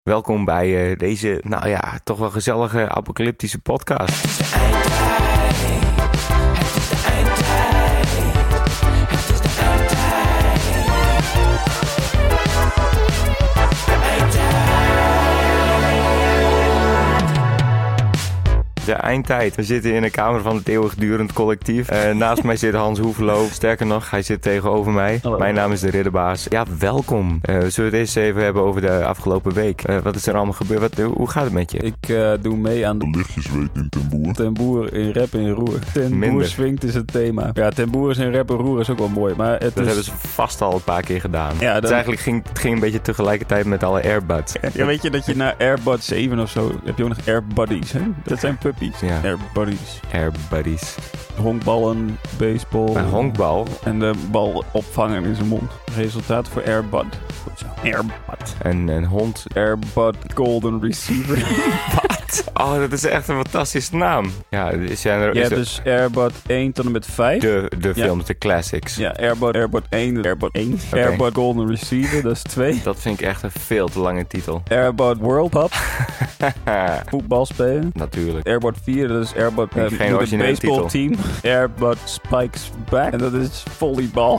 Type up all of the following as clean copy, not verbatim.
Welkom bij deze, toch wel gezellige apocalyptische podcast. De eindtijd. We zitten in de kamer van het eeuwigdurend collectief. Naast mij zit Hans Hoevenlo. Sterker nog, hij zit tegenover mij. Hallo. Mijn naam is de Ridderbaas. Ja, welkom. Zullen we het eens even hebben over de afgelopen week? Wat is er allemaal gebeurd? Hoe gaat het met je? Ik doe mee aan De lichtjesweek in Ten Boer. Ten Boer in rap en roer. Ten Minder. Boer swingt is het thema. Ja, Ten Boer is in rap en roer is ook wel mooi. Maar het Dat is... hebben ze vast al een paar keer gedaan. Ja, Het dan... eigenlijk het ging een beetje tegelijkertijd met alle airbuds. Ja, weet je dat je na Airbud 7 of zo... heb je ook nog Airbuddies, hè? Dat zijn puppies. Ja. Airbuddies. Airbuddies. Honkballen, baseball. Een honkbal. En de bal opvangen in zijn mond. Resultaat voor Airbud. Goed zo. Airbud. En een hond. Airbud Golden Receiver. Wat? Oh, dat is echt een fantastische naam. Ja, zijn er... Je hebt dus Airbud 1 tot en met 5. De films, de classics. Ja, Airbud 1, Airbud 1. Oké. Airbud Golden Receiver, dat is 2. Dat vind ik echt een veel te lange titel. Airbud World Cup, voetbal spelen. Natuurlijk. Airbud 4, dat is Airbud Geen originele baseball team. Airbud Spikes Back, en dat is volleybal.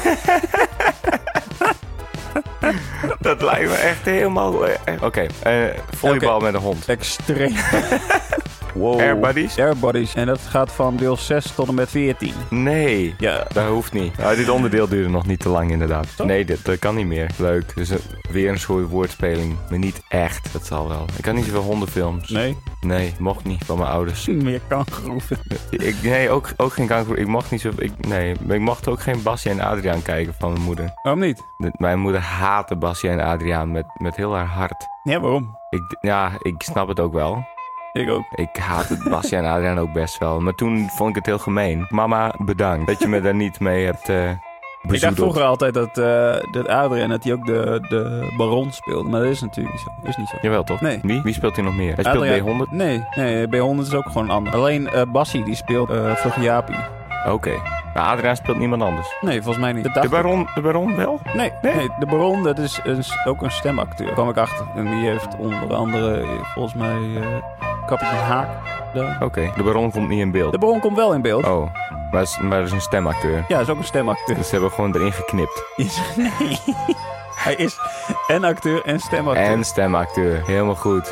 Dat lijkt me echt helemaal... Oké, volleybal Oké. met een hond. Extreem. Wow. Airbuddies? Airbuddies. En dat gaat van deel 6 tot en met 14. Nee, Ja. dat hoeft niet. Nou, dit onderdeel duurde nog niet te lang inderdaad. Toch? Nee, dat kan niet meer. Leuk. Dus weer een soort woordspeling. Maar niet echt. Dat zal wel. Ik had niet zoveel hondenfilms. Nee, Nee, mocht niet van mijn ouders. meer kangeroeven. Nee, ook geen kanker. Ik mocht niet zo... Maar ik mocht ook geen Basje en Adriaan kijken van mijn moeder. Waarom niet? Mijn moeder haatte Basje en Adriaan met heel haar hart. Ja, waarom? Ik snap het ook wel. Ik ook. Ik haat het Basje en Adriaan ook best wel. Maar toen vond ik het heel gemeen. Mama, bedankt dat je me daar niet mee hebt bezoedeld. Ik dacht vroeger altijd dat Adriaan dat hij ook de baron speelde. Maar dat is natuurlijk niet zo. Is niet zo. Jawel, toch? Nee. Wie speelt hij nog meer? Hij speelt Adriaan- B100? Nee, B100 is ook gewoon een ander. Alleen Bassie die speelt Vlugge Jaapie. Oké. Maar Adriaan speelt niemand anders. Nee, volgens mij niet. Dat De dacht ik. baron wel? Nee, de baron dat is ook een stemacteur. Daar kwam ik achter. En die heeft onder andere volgens mij Kapitein Haak daar. Oké. De baron komt niet in beeld. De baron komt wel in beeld. Oh. Maar dat is een stemacteur. Ja, is ook een stemacteur. Dus ze hebben gewoon erin geknipt. Nee. Hij is en acteur en stemacteur. En stemacteur. Helemaal goed.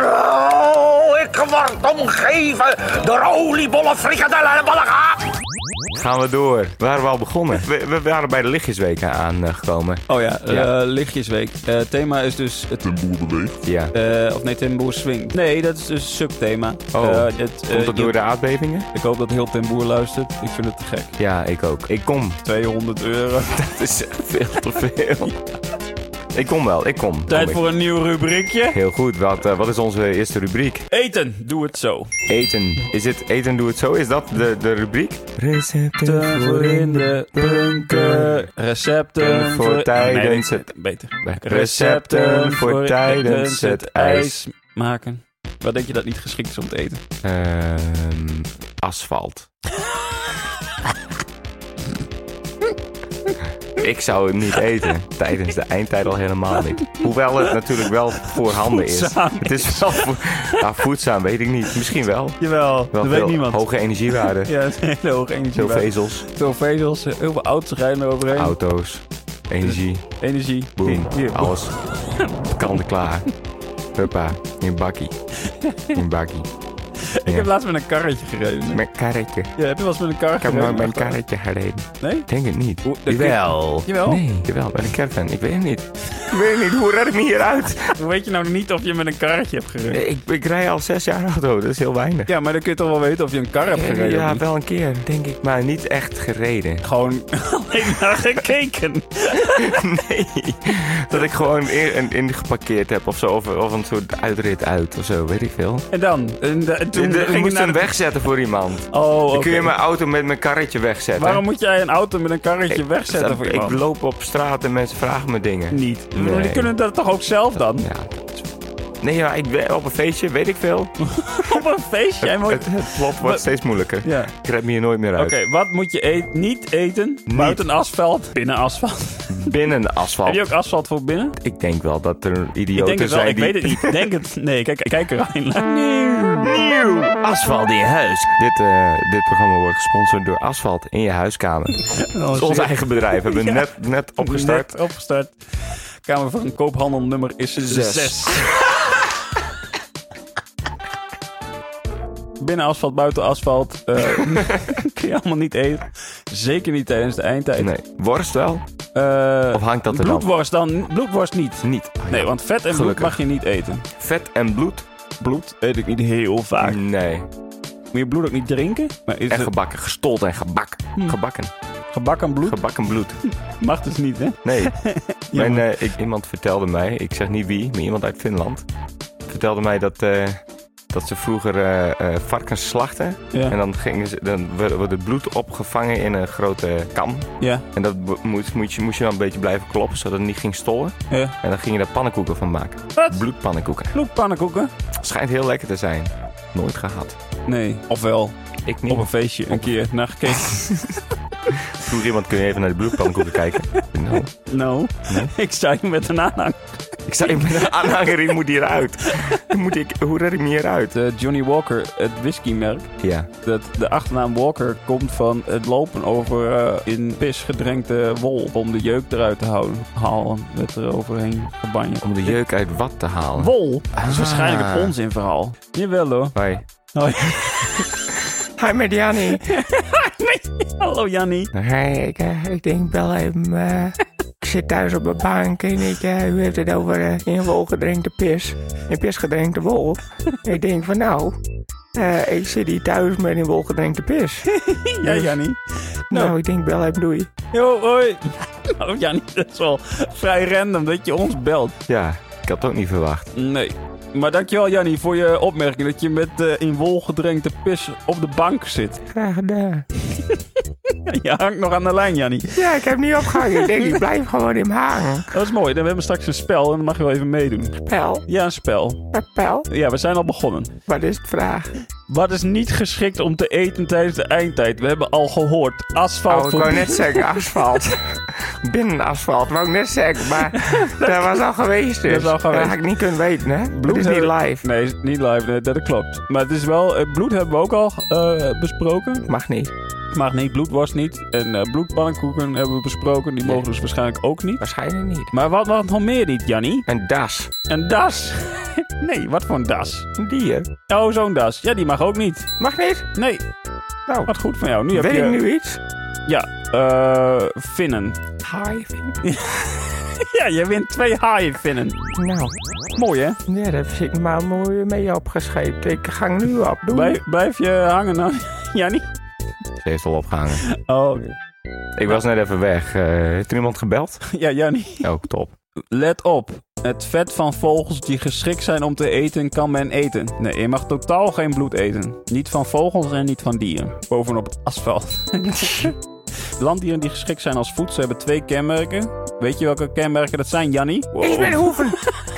Ik word omgeven door oliebollen, frikadellen en ballega. Gaan we door. Waren we al begonnen? We waren bij de lichtjesweek aangekomen. Oh ja, Ja. lichtjesweek. Thema is dus het... Ten Boer beweegt. Ja. Ten Boer swingt. Nee, dat is dus een subthema. Oh. Komt dat door de aardbevingen? Ik hoop dat heel Ten Boer luistert. Ik vind het te gek. Ja, ik ook. Ik kom. €200. Dat is echt veel te veel. Ik kom wel. Tijd voor een nieuw rubriekje. Heel goed. Wat is onze eerste rubriek? Eten, doe het zo. Eten. Is het eten doe het zo? Is dat de rubriek? Recepten Voor in de bunker. Recepten voor tijdens Nee, het... beter. Recepten voor tijdens het ijs. maken. Wat denk je dat niet geschikt is om te eten? Asfalt. Ik zou het niet eten. Tijdens de eindtijd al helemaal niet. Hoewel het natuurlijk wel voorhanden is. Voedzaam Het is wel voedzaam, weet ik niet. Misschien wel. Jawel, Wel dat veel weet niemand. hoge energiewaarden. Ja, het is een hele hoge energie. Veel vezels, Veel vezels, heel veel auto's rijden er overheen. auto's, energie, Energie. boom, Hier. alles. Kant en klaar. Huppa, in bakkie. In bakkie. Ik heb laatst met een karretje gereden. Met karretje. Ja, heb je wel eens met een kar Ik heb gereden? nooit met een karretje gereden. Nee? Ik denk het niet. dat Jawel. Jawel? Nee, jawel, bij de caravan. Ik weet het niet. Ik weet niet, hoe red ik me hieruit? Hoe weet je nou niet of je met een karretje hebt gereden? Ik rij al 6 jaar auto, dat is heel weinig. Ja, maar dan kun je toch wel weten of je een kar hebt gereden? Ja, of niet? wel een keer, denk ik, maar niet echt gereden. Gewoon alleen naar gekeken. Nee, dat ik gewoon in geparkeerd heb of zo, of een soort uitrit uit of zo, weet ik veel. En dan? Toen Ik ging je moest naar hem de... wegzetten voor iemand. Oh, Dan kun je oké. mijn auto met mijn karretje wegzetten. Waarom moet jij een auto met een karretje wegzetten voor Ik iemand? loop op straat en mensen vragen me dingen. Niet. Nee. Die kunnen dat toch ook zelf dan? Ja, dat is... Nee, ja, op een feestje, weet ik veel. Op een feestje? Jij moet... Het plot wordt steeds moeilijker. Ja. Ik red me hier nooit meer uit. Oké, wat moet je niet eten buiten asfalt, binnen asfalt? Binnen asfalt. Heb je ook asfalt voor binnen? Ik denk wel dat er Ik idioten denk het wel, zijn ik weet het niet. Denk het. Nee, kijk eraan. Nieuw asfalt in je huis. Dit programma wordt gesponsord door Asfalt in je huiskamer. Dat is ons eigen bedrijf. We hebben net opgestart. Net opgestart. Kamer van koophandelnummer is 6. Binnen asfalt, buiten asfalt. Kun je allemaal niet eten. Zeker niet tijdens de eindtijd. Nee. Worst wel? Of hangt dat er bloedworst dan? Bloedworst niet. Niet. Oh, ja. Nee, want vet en bloed mag je niet eten. Vet en bloed? Bloed eet ik niet heel vaak. Nee. Moet je bloed ook niet drinken? Maar is En gebakken. Gestold en gebakken. Gebakken. Gebakken bloed? Gebakken bloed. Mag dus niet, hè? Nee. Jammer. Iemand vertelde mij, ik zeg niet wie, maar iemand uit Finland, vertelde mij dat ze vroeger varkens slachten. Ja. En dan wordt het bloed opgevangen in een grote kam. Ja. En dat moest je dan een beetje blijven kloppen, zodat het niet ging stollen. Ja. En dan ging je daar pannenkoeken van maken. Wat? Bloedpannenkoeken. Bloedpannenkoeken? Schijnt heel lekker te zijn. Nooit gehad. Nee. Ofwel, Ik niet. op een feestje een keer naar gekeken. Vroeg iemand, kun je even naar de bloedpannenkoeken kijken? No. Nou, ik sta hier met een aanhang. Ik zei, met een aanhanger, ik moet hieruit. Hoe red ik me hieruit? Johnny Walker, het whiskymerk. Ja. De achternaam Walker komt van het lopen over in pis gedrenkte wol. Om de jeuk eruit te halen. Met er overheen gebanjen. Om de jeuk uit wat te halen. Wol? Dat is waarschijnlijk het onzinverhaal. Jawel hoor. Hoi. Hoi. Hi met Jannie. Hallo Jannie. Hey, ik denk wel even... ik zit thuis op de bank en u heeft het over in wol gedrenkte pis. In pis gedrenkte wol. Ik denk van nou... ik zit hier thuis met in wol gedrenkte pis. Ja Jannie. Nou, ik denk wel even doei. Yo, hoi. Nou Jannie, dat is wel vrij random dat je ons belt. Ja, ik had het ook niet verwacht. Nee. Maar dankjewel Jannie voor je opmerking dat je met in wol gedrenkte pis op de bank zit. Graag gedaan. Je hangt nog aan de lijn Jannie. Ja, ik heb niet opgehangen. Ik denk, ik blijf gewoon in me hangen. Dat is mooi. Dan hebben we straks een spel en dan mag je wel even meedoen. Spel? Ja, een spel. Een spel? Ja, we zijn al begonnen. Wat is de vraag? Wat is niet geschikt om te eten tijdens de eindtijd? We hebben al gehoord. Asfalt Ik wou net zeggen, asfalt. Binnen asfalt, wou ik net zeggen. Maar dat was al geweest dus. Dat is al geweest. Dat had ik niet kunnen weten, hè? Bloed is niet live. Nee, is niet live. Nee, dat klopt. Maar het is wel... bloed hebben we ook al besproken. Mag niet. Mag niet. Bloedworst niet. En bloedpannenkoeken hebben we besproken. Die mogen dus waarschijnlijk ook niet. Waarschijnlijk niet. Maar wat nog meer niet, Jannie? Een das. Een das. Nee, wat voor een das? Een dier. Oh, zo'n das. Ja, die mag ook niet. Mag niet? Nee. Nou, Wat goed van jou. Nu heb weet je... ik nu iets? Ja, vinnen. Haaienvin. Ja, je wint 2 haaienvinnen. Nou, Mooi, hè? ja, daar heb ik maar mooi mee opgescheept. Ik hang nu op. Doei. Blijf je hangen dan? Jannie? Ze heeft al opgehangen. Oh, Ik was net even weg. Heeft er iemand gebeld? ja, Jannie. Oh, top. Let op. Het vet van vogels die geschikt zijn om te eten, kan men eten. Nee, je mag totaal geen bloed eten. Niet van vogels en niet van dieren. Bovenop het asfalt. Landdieren die geschikt zijn als voedsel hebben 2 kenmerken. Weet je welke kenmerken dat zijn, Jannie? Wow. Iets met hoeven.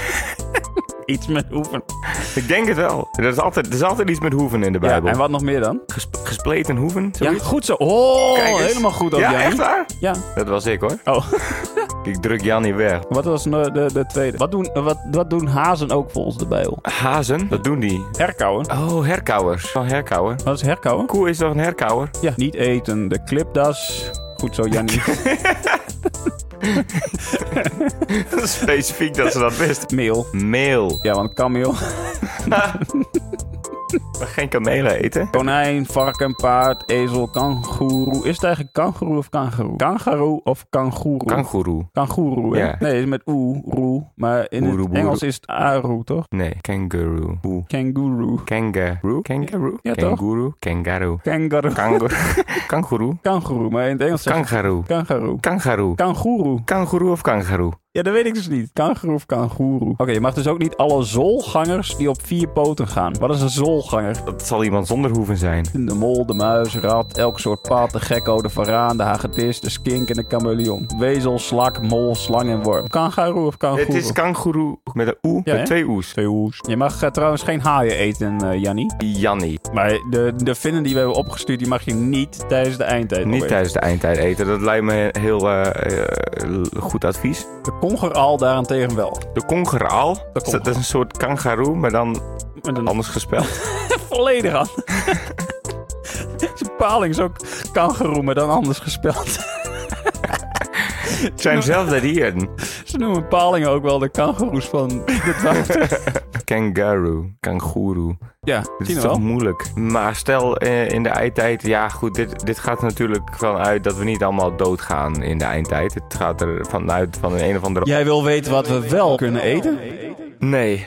Iets met hoeven. Ik denk het wel. Er is altijd iets met hoeven in de Bijbel. Ja, en wat nog meer dan? Gespleten hoeven, Ja, zoiets? goed zo. Oh, Kijk eens. helemaal goed ook, Ja, Jannie. echt waar? Ja. Dat was ik, hoor. Oh. Ik druk Jannie weg. Wat was de tweede? Wat doen hazen ook volgens de Bijbel? Hazen, dat doen die. Herkauwen. Oh, herkauwers. Een herkauwer. Wat is herkauwen? Koe is toch een herkauwer? Ja. Niet eten. De clipdas. Goed zo, Jannie. Dat is specifiek dat ze dat wist. Meel. Meel. Ja, want kameel. Geen kamelen eten. Konijn, varken, paard, ezel, kangoeroe. Is het eigenlijk kangoeroe of kangoeroe? Kangoeroe of kangoeroe? Kangoeroe. Kangoeroe, hè? Ja. Nee, het is met roe. Maar in Oeroe, het boeroe. Engels is het aru, toch? Nee, kangaroo. Oeh. Kangoeroe. Kangaroo? Kangaroo? Ja, toch? Kangaroo? Kangaroo. Kangaroo. Kangoeroe? Kangoeroe, maar in het Engels zeg je Kangaroo. kangoeroe. Kangaroo. Kangoeroe. Kangoeroe of kangaroo? Ja, dat weet ik dus niet. Kangoeroe of kangoeroe. Oké, je mag dus ook niet alle zoolgangers die op 4 poten gaan. Wat is een zoolganger? langer. Dat zal iemand zonder hoeven zijn. De mol, de muis, rat, elk soort pad, de gekko, de varaan, de hagedis, de skink en de chameleon. Wezel, slak, mol, slang en worm. Kangaroo of kangoeroe? Het is kangoeroe met een oe, Ja, hè? met 2 oes. 2 oes. Je mag trouwens geen haaien eten, Jannie. Jannie. Maar de vinnen die we hebben opgestuurd, die mag je niet tijdens de eindtijd Niet opeten. tijdens de eindtijd eten. Dat lijkt me heel goed advies. De congeral daarentegen wel. De congeraal. congeral. Dat is een soort kangaroo, maar dan Met een anders gespeld. volledig aan. Zijn paling is ook kangeroe, maar dan anders gespeld. Het zijn dezelfde dieren. Ze noemen palingen ook wel de kangeroes van dit water. Kangaroo. Kangoeroe. Ja, Dit zie is je toch wel. moeilijk. Maar stel in de eindtijd... Ja, goed, dit gaat er natuurlijk vanuit dat we niet allemaal doodgaan in de eindtijd. Het gaat er vanuit van een of andere... Jij wil weten wat we wel kunnen eten? Nee.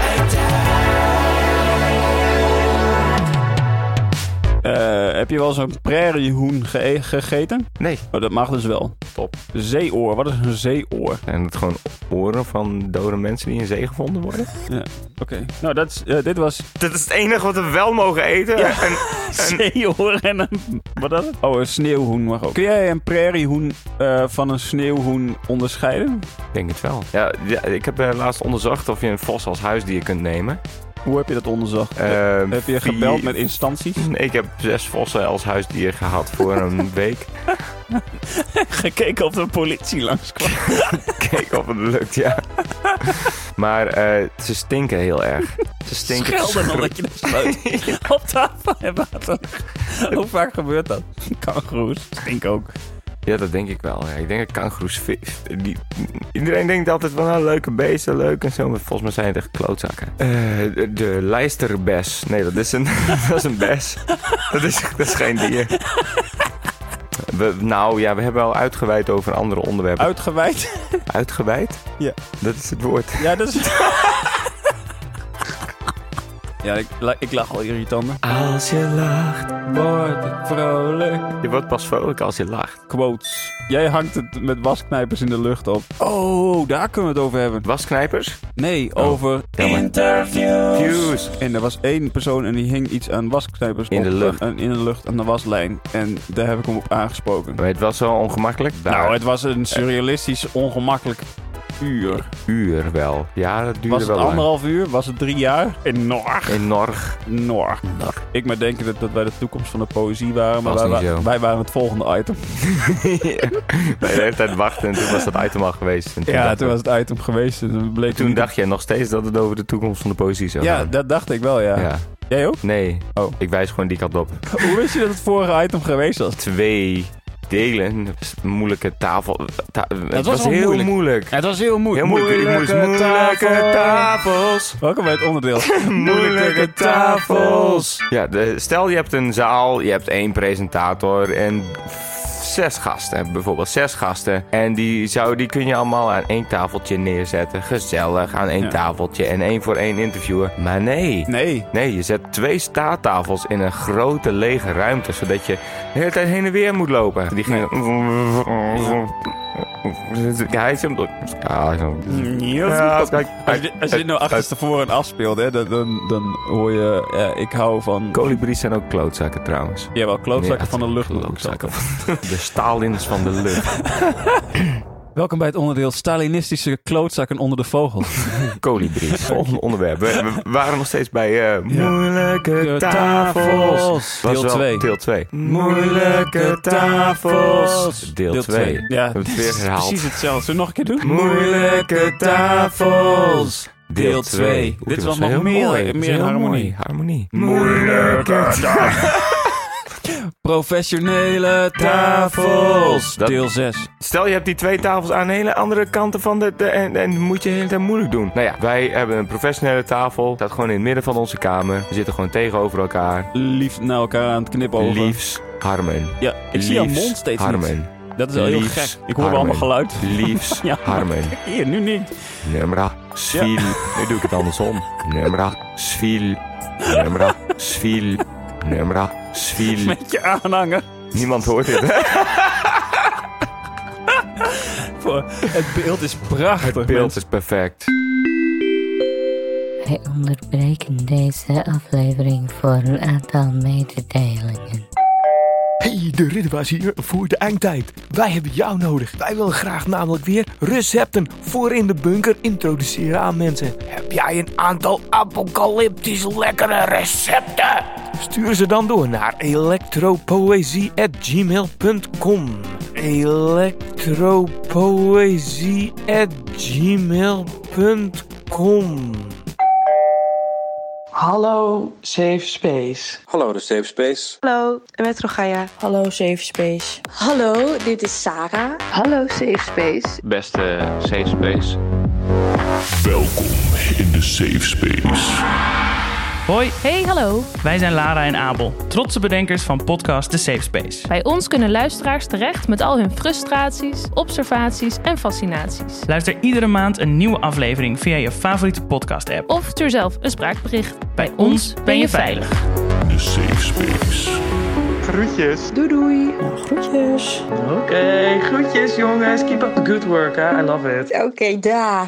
Heb je wel eens een prairiehoen gegeten? Nee. Oh, dat mag dus wel. Top. Zeeoor, wat is een zeeoor? Zijn het gewoon oren van dode mensen die in zee gevonden worden? Ja, oké. Nou, dit was Dat is het enige wat we wel mogen eten. Ja. En zeeoor en een... Wat is het? Oh, een sneeuwhoen mag ook. Kun jij een prairiehoen van een sneeuwhoen onderscheiden? ik denk het wel. Ja, ik heb laatst onderzocht of je een vos als huisdier kunt nemen. Hoe heb je dat onderzocht? Heb je gebeld met instanties? Ik heb 6 vossen als huisdier gehad voor een week. Gekeken of de politie langskwam. Kijk of het lukt, ja. Maar ze stinken heel erg. Ze stinken Schelden omdat je de sluit op tafel hebt laten. Hoe vaak gebeurt dat? Kangoeroes stinken ook. Ja, dat denk ik wel. Ja. Ik denk dat kangoeroes... Iedereen denkt altijd van, leuke beesten, leuk en zo. Maar volgens mij zijn het echt klootzakken. De lijsterbes. Nee, dat is een, dat is een bes. Dat is geen dier. We hebben al uitgeweid over andere onderwerpen. Uitgeweid? Uitgeweid? Ja. Dat is het woord. Ja, dat is... Ja, ik lach al irritant. Als je lacht. Word ik vrolijk. Je wordt pas vrolijk als je lacht. Quotes. Jij hangt het met wasknijpers in de lucht op. Oh, daar kunnen we het over hebben. Wasknijpers? Nee, over jammer. interviews. En er was 1 persoon en die hing iets aan wasknijpers In op, de lucht. in de lucht aan de waslijn. En daar heb ik hem op aangesproken. Maar het was zo ongemakkelijk. Nou, het was een surrealistisch, ongemakkelijk uur. Uur wel. Ja, dat duurde Was het wel lang. 1,5 uur? Was het 3 jaar? Enorm. Enorm. Ik maar denken dat wij de toekomst van de poëzie waren, maar Was niet zo. wij waren het volgende item. De hele tijd wachten en toen was dat item al geweest. En Toen was het item geweest. En toen dacht jij nog steeds dat het over de toekomst van de poëzie zou Ja, gaan. dat dacht ik wel, ja. Ja. Jij ook? Nee. Oh. Ik wijs gewoon die kant op. Hoe wist je dat het vorige item geweest was? 2 delen. Moeilijke tafel. Het was was wel heel moeilijk. Het was heel moeilijk. Heel moeilijk. Ik moest moeilijke tafels. Welkom bij het onderdeel. Moeilijke tafels. Ja, stel je hebt een zaal, je hebt 1 presentator en 6 gasten. Bijvoorbeeld 6 gasten. En die kun je allemaal aan 1 tafeltje neerzetten. Gezellig aan 1 tafeltje en 1 voor 1 interviewer. Maar nee. Nee, je zet 2 staattafels in een grote lege ruimte. Zodat je de hele tijd heen en weer moet lopen. Die gingen... Ja, hij is hem... Als je dit nou achterstevoren afspeelt, hè, dan hoor je... ik hou van... Kolibries zijn ook klootzakken trouwens. Ja, wel klootzakken Ja, van de lucht. klootzakken. De Stalins van de lucht. Welkom bij het onderdeel Stalinistische klootzakken onder de vogels. Kolibries. Volgende onderwerp. We waren nog steeds bij moeilijke tafels. Deel 2. Deel 2. Moeilijke tafels. Deel 2. Ja, We hebben het weer herhaald. precies hetzelfde. Zullen we nog een keer doen? Moeilijke tafels. Deel 2. Dit was nog heel meer mooi. meer harmonie. Harmonie. Moeilijke tafels. Professionele tafels. Deel 6. Stel je hebt die 2 tafels aan de hele andere kanten van en moet je de hele tijd moeilijk doen. Nou ja, wij hebben een professionele tafel. Staat gewoon in het midden van onze kamer. We zitten gewoon tegenover elkaar. Lief naar elkaar aan het knipogen. Liefs Harmen. Ja, ik zie jouw mond steeds Harmen. niet. Dat is wel heel Liefs gek. Ik hoor wel Harmen. allemaal geluid. Liefs Ja, maar Harmen. hier, nu niet. Numra Svil. Nu doe ik het andersom. Numra Svil. Numra Svil. Numra Svil. Met je aanhanger. Niemand hoort dit, hè? Het beeld is prachtig. Het beeld is perfect. Wij onderbreken deze aflevering voor een aantal mededelingen. Hey, de Ridderbaas hier voor de eindtijd. Wij hebben jou nodig. Wij willen graag namelijk weer recepten voor in de bunker introduceren aan mensen. Heb jij een aantal apocalyptisch lekkere recepten? Stuur ze dan door naar electropoëzie@gmail.com. electropoëzie@gmail.com. Hallo Safe Space. Hallo de Safe Space. Hallo, Metro Gaia. Hallo Safe Space. Hallo, dit is Sarah. Hallo Safe Space. Beste Safe Space. Welkom in de Safe Space. Hoi. Hey, hallo. Wij zijn Lara en Abel, trotse bedenkers van podcast The Safe Space. Bij ons kunnen luisteraars terecht met al hun frustraties, observaties en fascinaties. Luister iedere maand een nieuwe aflevering via je favoriete podcast-app. Of stuur zelf een spraakbericht. Bij ons ben je veilig. The Safe Space. Groetjes. Doei doei. Nou, groetjes. Oké, groetjes jongens. Keep up the good work, hè. I love it. Oké, dag.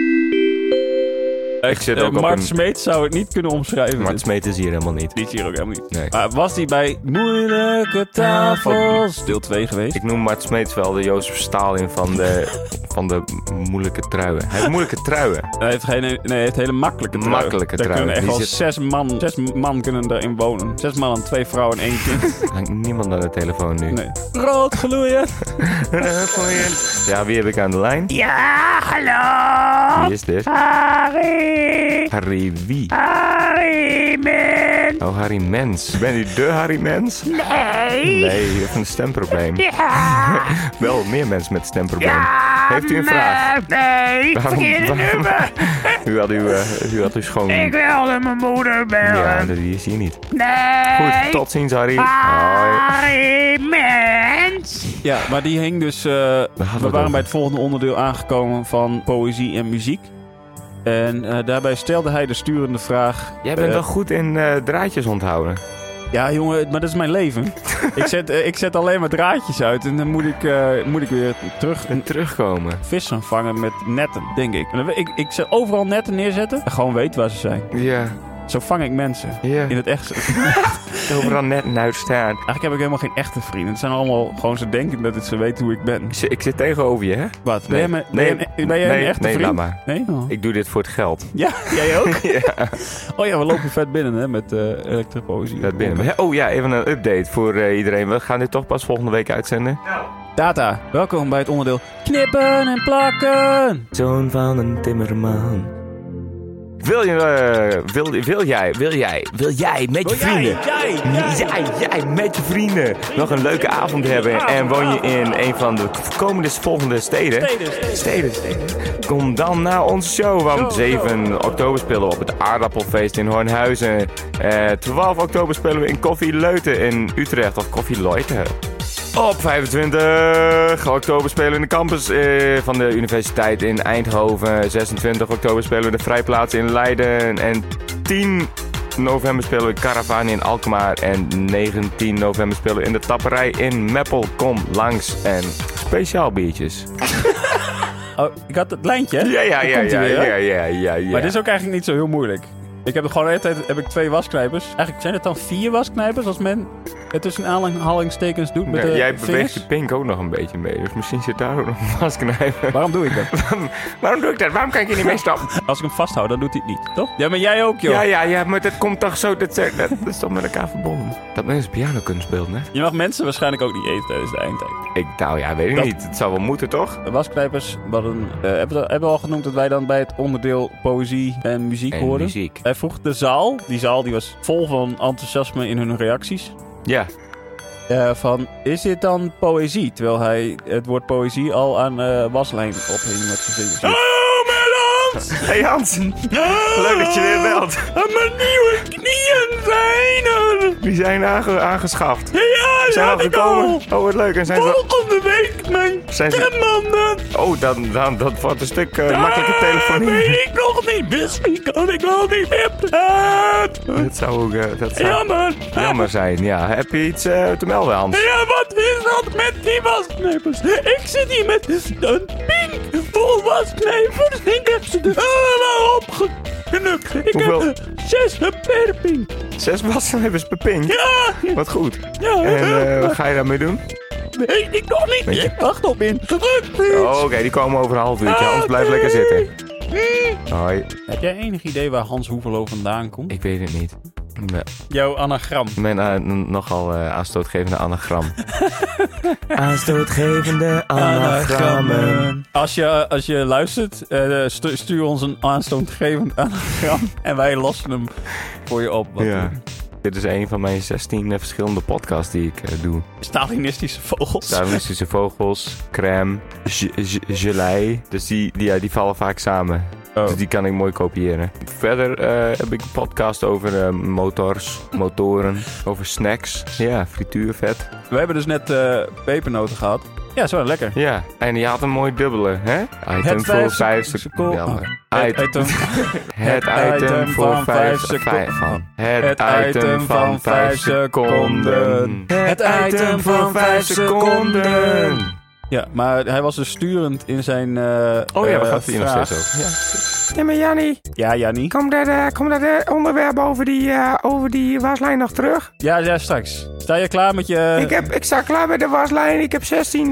Ik zit ook Mart Smeet zou het niet kunnen omschrijven. Mart Smeet is hier helemaal niet. Die is hier ook helemaal niet. Nee. Maar was hij bij Moeilijke Tafels deel 2 geweest? Ik noem Mart Smeet wel de Jozef Stalin van de moeilijke truien. Hij heeft moeilijke truien. Hij heeft hele makkelijke truien. Makkelijke Daar truien. kunnen echt wel 6 man kunnen erin wonen. 6 man en 2 vrouwen en 1 kind. Hangt niemand aan de telefoon nu. Nee. Rood gloeiend. Ja, wie heb ik aan de lijn? Ja, hallo. Wie is dit? Harry. Harry wie? Harry Mens. Oh, Harry Mens. Ben u de Harry Mens? Nee. Nee, u heeft een stemprobleem. Ja. Wel meer mensen met een stemprobleem. Ja, heeft u een vraag? Nee, verkeerde nummer. U had uw schoon... Ik wilde mijn moeder bellen. Ja, die is hier niet. Nee. Goed, tot ziens Harry. Harry Mens. Ja, maar die hing dus... we waren bij het volgende onderdeel aangekomen van poëzie en muziek. En daarbij stelde hij de sturende vraag... Jij bent wel goed in draadjes onthouden. Ja, jongen, maar dat is mijn leven. ik zet alleen maar draadjes uit en dan moet ik weer terugkomen. Vissen vangen met netten, denk ik. En ik zet overal netten neerzetten en gewoon weet waar ze zijn. Ja. Zo vang ik mensen. Yeah. In het echt. Overal netten uitstaan. Eigenlijk heb ik helemaal geen echte vrienden. Het zijn allemaal gewoon ze denken dat ze weten hoe ik ben. Ik zit tegenover je, hè? Wat? Nee. Ben jij een echte vriend? Laat maar. Nee? Oh. Ik doe dit voor het geld. Ja, jij ook? Ja. Oh ja, we lopen vet binnen hè, met elektropoëzie. Vet binnen. Oh ja, even een update voor iedereen. We gaan dit toch pas volgende week uitzenden. Data, welkom bij het onderdeel Knippen en Plakken. Zoon van een timmerman. Wil jij met je vrienden? Jij met je vrienden nog een leuke avond hebben en woon je in een van de volgende steden? Steden. Kom dan naar onze show, want 7 oktober spelen we op het Aardappelfeest in Hornhuizen. 12 oktober spelen we in Koffie Leuten in Utrecht, of Koffie Leuten. Op 25 oktober spelen we in de campus van de universiteit in Eindhoven. 26 oktober spelen we de Vrijplaats in Leiden. En 10 november spelen we Caravaan in Alkmaar. En 19 november spelen we in de Tapperij in Meppel. Kom langs en speciaal biertjes. Oh, ik had het lijntje, hè? Ja. Maar dit is ook eigenlijk niet zo heel moeilijk. Ik heb gewoon de hele tijd 2 wasknijpers. Eigenlijk zijn het dan 4 wasknijpers als men het tussen aanhalingstekens doet met de jij vingers. beweegt je pink ook nog een beetje mee. Dus misschien zit daar ook nog een wasknijper. Waarom doe ik dat? Waarom doe ik dat? Waarom kan ik hier niet mee stoppen? Als ik hem vasthoud, dan doet hij het niet, toch? Ja, maar jij ook, joh. Ja, maar dat komt toch zo... Dat is toch met elkaar verbonden? Dat mensen piano kunnen spelen, hè? Je mag mensen waarschijnlijk ook niet eten tijdens de eindtijd. Weet ik niet. Het zou wel moeten, toch? Wasknijpers, hebben we al genoemd dat wij dan bij het onderdeel poëzie en muziek hoorden. Muziek. Hij vroeg de zaal. Die zaal die was vol van enthousiasme in hun reacties. Ja. Van, is dit dan poëzie? Terwijl hij het woord poëzie al aan waslijn ophing met zijn vingers. Hallo met Hans! Hey Hans! Leuk dat je weer belt. Mijn nieuwe knieën zijn er! Die zijn aangeschaft. Ja, zijn al gekomen. Oh, wat leuk. En zijn volgende week mijn stembanden. Oh, dan dat wordt een stuk makkelijke telefonie. Weet ik nog niet. Misschien kan ik wel niet meer praten. Dat zou jammer zijn, ja. Heb je iets te melden, Hans? Ja, wat is dat met die wasknijpers? Ik zit hier met een pink vol wasknijpers. Ik heb ze er allemaal opgeknukt. Ik heb 6 per pink. 6 wasknijpers per pink? Ja. Wat goed. Ja, en wat ga je daarmee doen? Weet ik nog niet. Ik wacht op in. Oké, die komen over een half uurtje. Hans, blijf lekker zitten. Hoi. Heb jij enig idee waar Hans Hoevelo vandaan komt? Ik weet het niet. Jouw anagram. Mijn nogal aanstootgevende anagram. Aanstootgevende anagrammen. Als je luistert, stuur ons een aanstootgevend anagram. En wij lossen hem voor je op. Ja. Dit is een van mijn 16 verschillende podcasts die ik doe. Stalinistische vogels. Stalinistische vogels, crème, gelei. Dus die vallen vaak samen. Oh. Dus die kan ik mooi kopiëren. Verder heb ik een podcast over motoren, over snacks. Ja, frituurvet. We hebben dus net pepernoten gehad. Ja, zo lekker. Ja, en die had een mooi dubbele, hè? Item voor 5 seconden. Het item voor 5 seconden. Het item van 5 seconden. Het item van 5 seconden. Ja, maar hij was dus sturend in zijn we gaan het hier nog steeds over. Ja, maar Jannie. Ja, Jannie. Komt dat onderwerp over die waslijn nog terug? Ja, straks. Sta je klaar met je... Ik sta klaar met de waslijn. Ik heb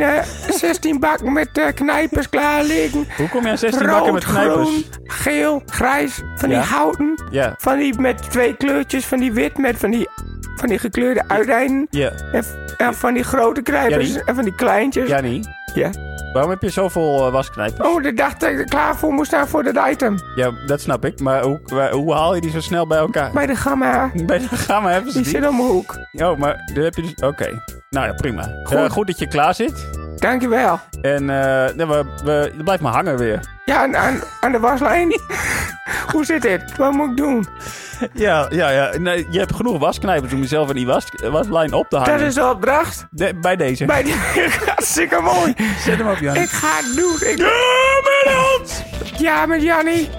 16 bakken met knijpers klaar liggen. Hoe kom je aan 16 bakken met knijpers? Groen, geel, grijs. Van die houten. Ja. Van die met 2 kleurtjes. Van die wit met van die gekleurde uiteinden. Ja. En van die grote knijpers. Jannie. En van die kleintjes. Jannie. Ja. Waarom heb je zoveel wasknijpers? Oh, ik dacht dat ik er klaar voor moest staan voor dat item. Ja, dat snap ik. Maar hoe haal je die zo snel bij elkaar? Bij de gamma. Bij de gamma hebben ze die zit om mijn hoek. Oh, maar daar heb je dus... Oké. Nou ja, prima. Goed dat je klaar zit. Dankjewel. En blijf maar hangen weer. Ja, aan de waslijn. Hoe zit dit? Wat moet ik doen? Ja. Nee, je hebt genoeg wasknijpers om jezelf in die waslijn op te hangen. Dat is de opdracht? Bij deze. Hartstikke mooi. Zet hem op, Jannie. Ik ga het doen. Ja, met Hans. Ja, met Jannie.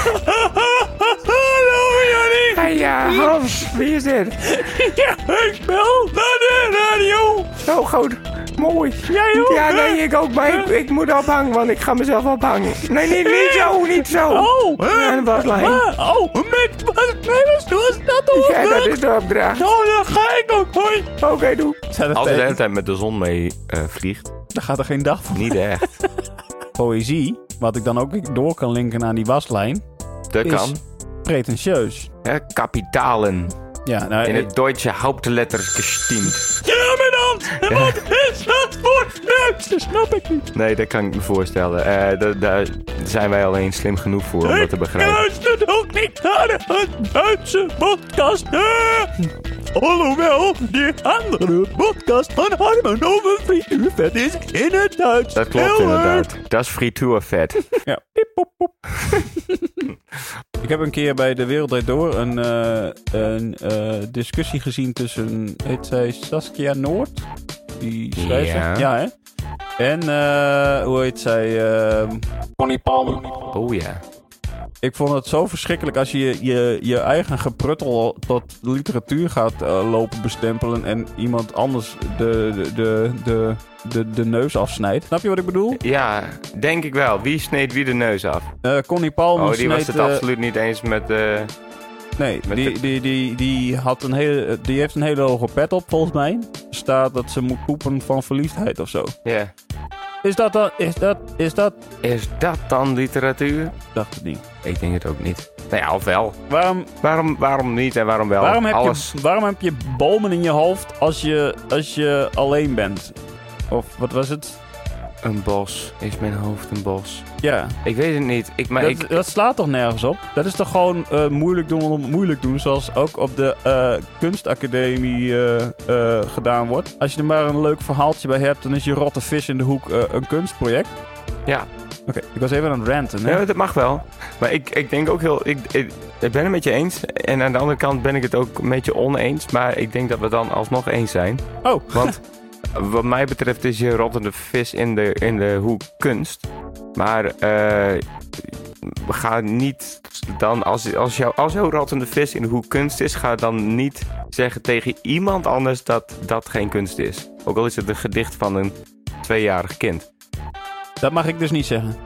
Hallo, Jannie. Hey, Hans. Wie is dit? Ja, ik bel naar de radio. Oh, goed. Mooi. Jij ook? Ja, nee, ik ook. Maar ik moet ophangen, want ik ga mezelf ophangen. Nee, niet zo. Oh. Aan de waslijn. Met wasknijpers was dat de opdracht? Ja, dat is de opdracht. Oh, dan ga ik ook. Hoi. Oké, doe. Als je de hele tijd met de zon mee vliegt. Dan gaat er geen dag voor. Niet echt. Poëzie, wat ik dan ook door kan linken aan die waslijn. Dat kan. Pretentieus. Kapitalen. Ja, nou, in het Duitse Hauptletter gestimmt. Ja, mijn hand! En wat is dat voor neus? Dat snap ik niet. Nee, dat kan ik me voorstellen. Daar zijn wij alleen slim genoeg voor om dat te begrijpen. Ik luister ook niet naar een Duitse podcast. Alhoewel, die andere podcast van Harmen over frituurvet is in het Duits. Dat klopt inderdaad. Dat is frituurvet. Ja. Ik heb een keer bij De Wereld Draait Door een discussie gezien tussen, heet zij Saskia Noord? Die schrijver? Ja, hè? En, hoe heet zij? Connie Palmer. Oh ja. Ik vond het zo verschrikkelijk als je eigen gepruttel tot literatuur gaat lopen bestempelen en iemand anders de neus afsnijdt. Snap je wat ik bedoel? Ja, denk ik wel. Wie sneed wie de neus af? Connie Palmer die was het absoluut niet eens met... Nee, die heeft een hele hoge pet op, volgens mij. Er staat dat ze moet poepen van verliefdheid of zo. Ja. Yeah. Is dat dan literatuur? Dacht het niet. Ik denk het ook niet. Nou ja, of wel. Waarom niet en waarom wel? Waarom heb je bomen in je hoofd als je alleen bent? Of wat was het? Een bos. Is mijn hoofd een bos? Ja. Ik weet het niet. Dat slaat toch nergens op? Dat is toch gewoon moeilijk doen, zoals ook op de kunstacademie gedaan wordt. Als je er maar een leuk verhaaltje bij hebt, dan is je rotte vis in de hoek een kunstproject. Ja. Oké, ik was even aan het ranten. Hè? Ja, dat mag wel. Maar ik denk ook heel... Ik ben het met je eens. En aan de andere kant ben ik het ook een beetje oneens. Maar ik denk dat we dan alsnog eens zijn. Oh. Want wat mij betreft is je rottende vis in de hoek kunst. Maar ga niet dan, als jouw rattende vis in de hoek kunst is, ga dan niet zeggen tegen iemand anders dat dat geen kunst is. Ook al is het een gedicht van een 2-jarig kind. Dat mag ik dus niet zeggen.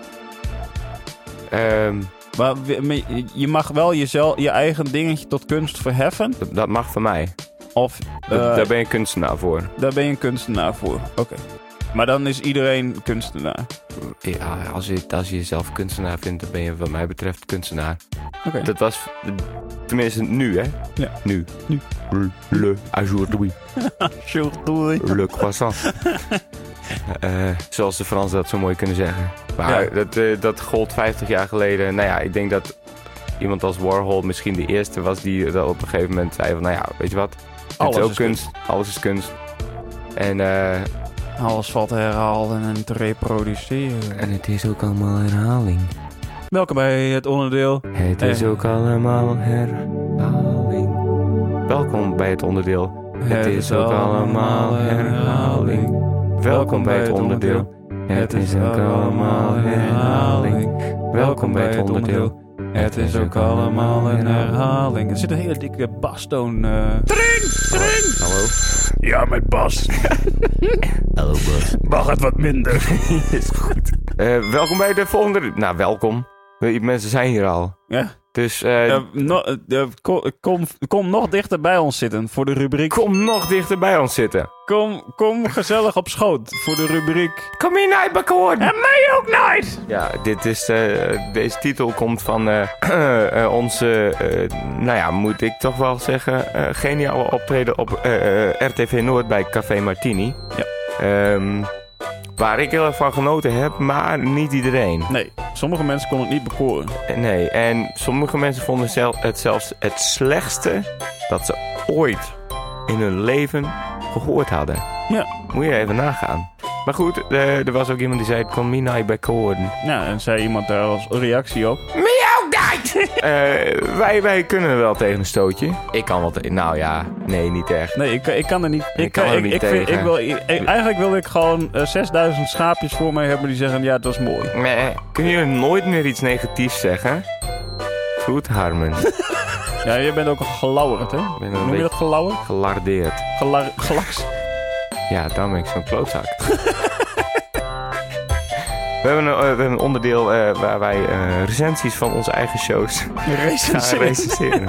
Maar je mag wel je eigen dingetje tot kunst verheffen. Dat mag van mij. Of, daar ben je kunstenaar voor. Daar ben je een kunstenaar voor, oké. Maar dan is iedereen kunstenaar. Ja, als je jezelf kunstenaar vindt, dan ben je wat mij betreft kunstenaar. Oké. Dat was, tenminste nu, hè? Ja. Nu. Le aujourd'hui. Aujourd'hui. Le croissant. Zoals de Fransen dat zo mooi kunnen zeggen. Maar dat gold 50 jaar geleden. Nou ja, ik denk dat iemand als Warhol misschien de eerste was die dat op een gegeven moment zei van, nou ja, weet je wat? Het is ook kunst. Alles is kunst. En alles valt te herhalen en te reproduceren. En het is ook allemaal herhaling. Welkom bij het onderdeel. Het is ook allemaal herhaling. Welkom bij het onderdeel. Het is ook allemaal herhaling. Welkom bij het onderdeel. Het is ook allemaal herhaling. Welkom bij het onderdeel. Het is ook allemaal een herhaling. Er zit een hele dikke bastoon. Tring! Hallo? Ja, met Bas. Hallo Bas. Mag het wat minder? Is goed. Welkom bij de volgende... Nou, welkom. Mensen zijn hier al. Ja. Dus... Kom nog dichter bij ons zitten voor de rubriek. Kom nog dichter bij ons zitten. Kom gezellig op schoot voor de rubriek. Kom hier naar Bakkoord. En mij ook nooit. Ja, deze titel komt van onze, nou ja, moet ik toch wel zeggen, geniale optreden op RTV Noord bij Café Martini. Ja. Waar ik heel erg van genoten heb, maar niet iedereen. Nee, sommige mensen konden het niet bekoren. Nee, en sommige mensen vonden het zelfs het slechtste dat ze ooit in hun leven gehoord hadden. Ja. Moet je even nagaan. Maar goed, er was ook iemand die zei, het kon me niet bekoren. Ja, en zei iemand daar als reactie op. Wij kunnen wel tegen een stootje. Ik kan wel tegen... Nou ja, nee, niet echt. Nee, ik kan er niet... Eigenlijk wil ik gewoon 6000 schaapjes voor mij hebben die zeggen, ja, het was mooi. Nee, kun je nooit meer iets negatiefs zeggen? Goed, Harmen. Ja, je bent ook een gelauwerd, hè? Noem je dat gelauwerd? Gelardeerd. Glaks. Ja, daarom ben ik zo'n klootzak. We hebben een onderdeel waar wij recensies van onze eigen shows gaan recenseren.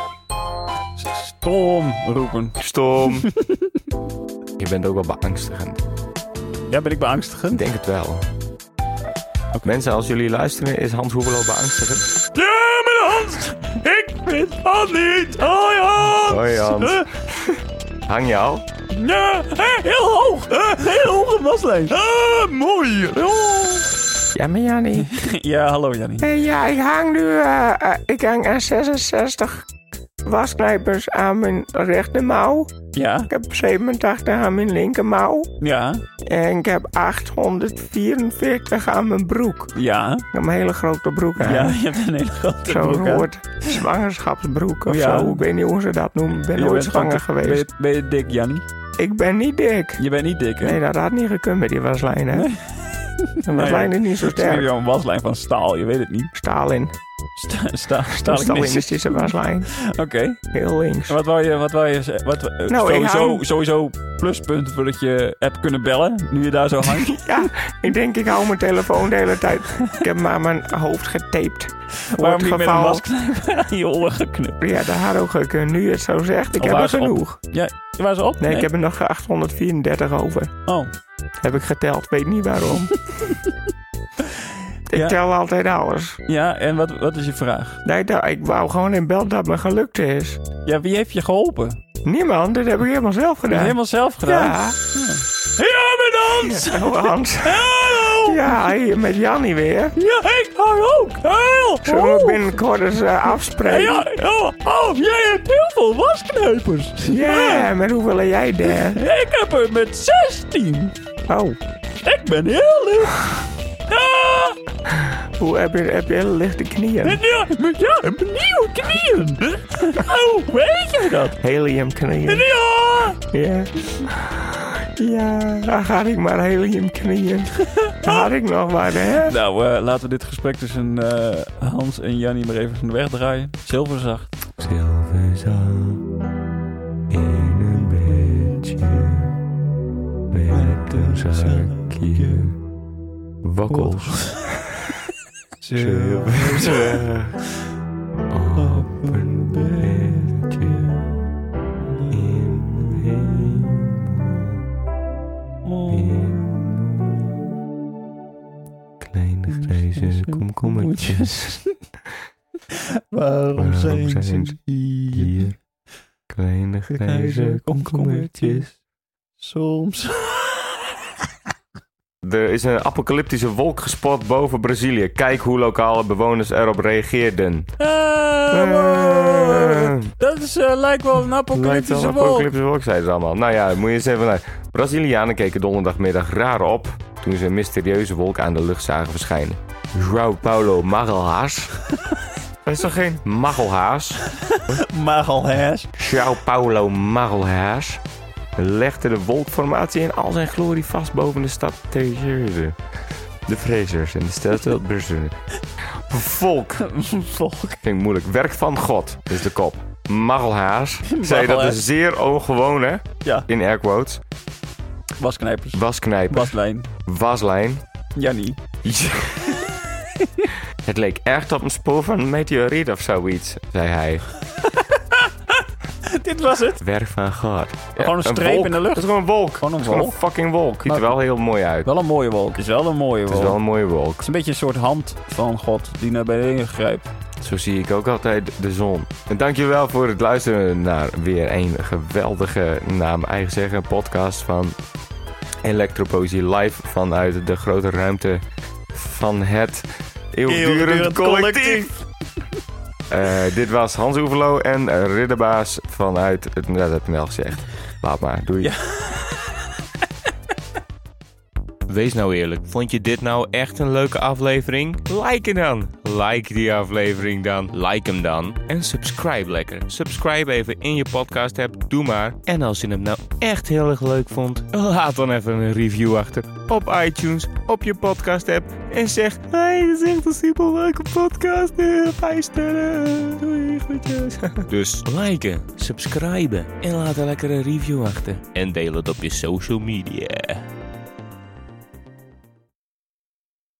Stom roepen. Stom. Je bent ook wel beangstigend. Ja, ben ik beangstigend? Ik denk het wel. Okay. Mensen, als jullie luisteren, is Hans Hoevelo beangstigend? Ja, mijn Hans! Ik vind het niet! Hoi Hans! Hoi Hans. Hang je al? Ja, heel hoog! Heel hoog in waslijn. Mooi! Ja, maar Jannie. Ja, hallo Jannie. Ja, ik hang nu ik hang 66 wasknijpers aan mijn rechtermouw. Ja. Ik heb 87 aan mijn linkermouw. Ja. En ik heb 844 aan mijn broek. Ja. Ik heb een hele grote broek aan. Ja, je hebt een hele grote broek aan. Zo'n woord zwangerschapsbroek of zo. Ik weet niet hoe ze dat noemen. Ik ben nooit zwanger geweest. Ben je dik, Jannie? Ik ben niet dik. Je bent niet dik, hè? Nee, dat had niet gekund met die waslijn, hè? Nee. De waslijn is niet zo sterk. Het is een waslijn van staal, je weet het niet. Stalin. Stalinistische waslijn. Oké. Heel links. Wat wou je Nou, sowieso pluspunten voordat je hebt kunnen bellen, nu je daar zo hangt? Ja, ik denk ik hou mijn telefoon de hele tijd. Ik heb maar mijn hoofd getaped. Waarom niet met een wasknijper aan je oren geknipt? Ja, dat had ook gekund. Nu je het zo zegt, ik heb er genoeg. Ja, waar ze op? Nee, ik heb er nog 834 over. Oh. Heb ik geteld, weet niet waarom. Ik tel altijd alles. Ja, en wat is je vraag? Nee, ik wou gewoon in bel dat me gelukt is. Ja, wie heeft je geholpen? Niemand, dit heb ik helemaal zelf gedaan. Helemaal zelf gedaan? Ja. Ja, met Hans! Ja, Hans. Hallo! Ja, hier met Jannie weer. Ja, ik hang ook. Zullen we binnenkort eens afspreken? Ja, jij hebt heel veel wasknijpers. Ja, met hoeveel heb jij daar? Ik heb er met 16. Oh. Ik ben heel licht. Hoe heb je hele lichte knieën? Ja, nieuwe knieën. Oh, weet je dat? Heliumknieën. Ja. Ja. Ja, dan ga ik maar heliumknieën. Had ik nog wat, hè? Nou, laten we dit gesprek tussen Hans en Jannie maar even van de weg draaien. Zilverzacht. Zilverzacht in een bedje met een zakje wakkels. Zilverzacht op een bedje in hemel. Kleine grijze komkommertjes. Waarom zijn ze hier? Kleine grijze komkommertjes. Soms. Er is een apocalyptische wolk gespot boven Brazilië. Kijk hoe lokale bewoners erop reageerden. Dat lijkt wel een apocalyptische wolk. Zeiden ze allemaal. Nou ja, moet je eens even naar. Brazilianen keken donderdagmiddag raar op toen ze een mysterieuze wolk aan de lucht zagen verschijnen. João Paulo Magalhães. Dat is toch geen Magalhães? Magalhães. João Paulo Magalhães legde de wolkformatie in al zijn glorie vast boven de stad Tejersde. De Frasers en de stad Brazilië. Volk. Vind ik moeilijk. Werk van God is de kop. Magalhães zei dat is zeer ongewoon, hè? Ja. In air quotes. Wasknijpers. Waslijn. Jannie. Het leek echt op een spoor van een meteoriet of zoiets, zei hij. Dit was het. Werk van God. Ja, gewoon een streep in de lucht. Het is gewoon een wolk. Gewoon een fucking wolk. Ziet er wel heel mooi uit. Wel een mooie wolk. Het is wel een mooie wolk. Het is een beetje een soort hand van God die naar beneden grijpt. Zo zie ik ook altijd de zon. En dankjewel voor het luisteren naar weer een geweldige, naar mijn eigen zeggen, podcast van Elektropoëzie live vanuit de grote ruimte van het eeuwigdurend collectief. Dit was Hans Oeverlo en Ridderbaas vanuit het... dat heb ik wel gezegd. Laat maar, doei. Ja. Wees nou eerlijk, vond je dit nou echt een leuke aflevering? Like hem dan. Like die aflevering dan. Like hem dan. En subscribe lekker. Subscribe even in je podcast app. Doe maar. En als je hem nou echt heel erg leuk vond, laat dan even een review achter. Op iTunes, op je podcast app. En zeg, hey, dit is echt een super leuke podcast. 5 sterren. Doei, groetjes. Dus liken, subscriben en laat een lekkere review achter. En deel het op je social media.